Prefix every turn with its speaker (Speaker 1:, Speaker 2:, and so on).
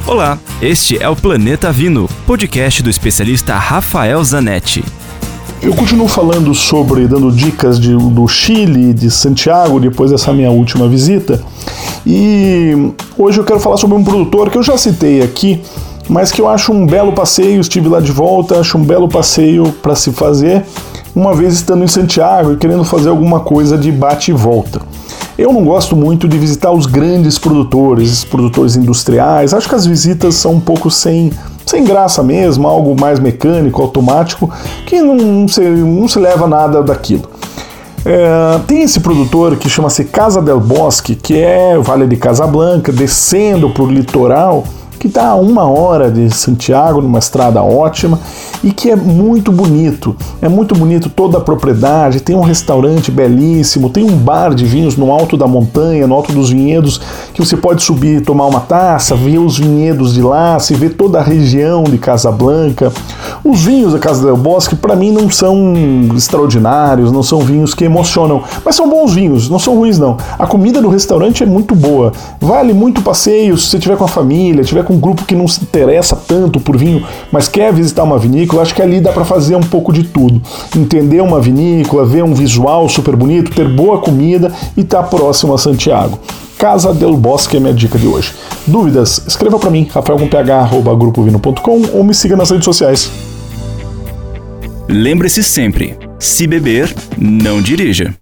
Speaker 1: Olá, este é o Planeta Vino, podcast do especialista Rafael Zanetti.
Speaker 2: Eu continuo falando dando dicas do Chile, de Santiago, depois dessa minha última visita. E hoje eu quero falar sobre um produtor que eu já citei aqui, mas que eu acho um belo passeio, estive lá de volta, acho um belo passeio para se fazer, uma vez estando em Santiago e querendo fazer alguma coisa de bate e volta. Eu não gosto muito de visitar os grandes produtores industriais, acho que as visitas são um pouco sem graça mesmo, algo mais mecânico, automático, que não se leva nada daquilo. Tem esse produtor que chama-se Casa del Bosque, que é o Vale de Casablanca, descendo para o litoral, que está a 1 hora de Santiago, numa estrada ótima, e que é muito bonito toda a propriedade, tem um restaurante belíssimo, tem um bar de vinhos no alto da montanha, no alto dos vinhedos, que você pode subir, tomar uma taça, ver os vinhedos de lá, se vê toda a região de Casablanca. Os vinhos da Casa del Bosque, para mim, não são extraordinários, não são vinhos que emocionam, mas são bons vinhos, não são ruins não. A comida do restaurante é muito boa, vale muito passeio se você tiver com a família, tiver com um grupo que não se interessa tanto por vinho, mas quer visitar uma vinícola, acho que ali dá para fazer um pouco de tudo. Entender uma vinícola, ver um visual super bonito, ter boa comida e estar próximo a Santiago. Casa del Bosque é minha dica de hoje. Dúvidas? Escreva para mim, rafael.ph@grupovino.com ou me siga nas redes sociais.
Speaker 1: Lembre-se sempre, se beber, não dirija.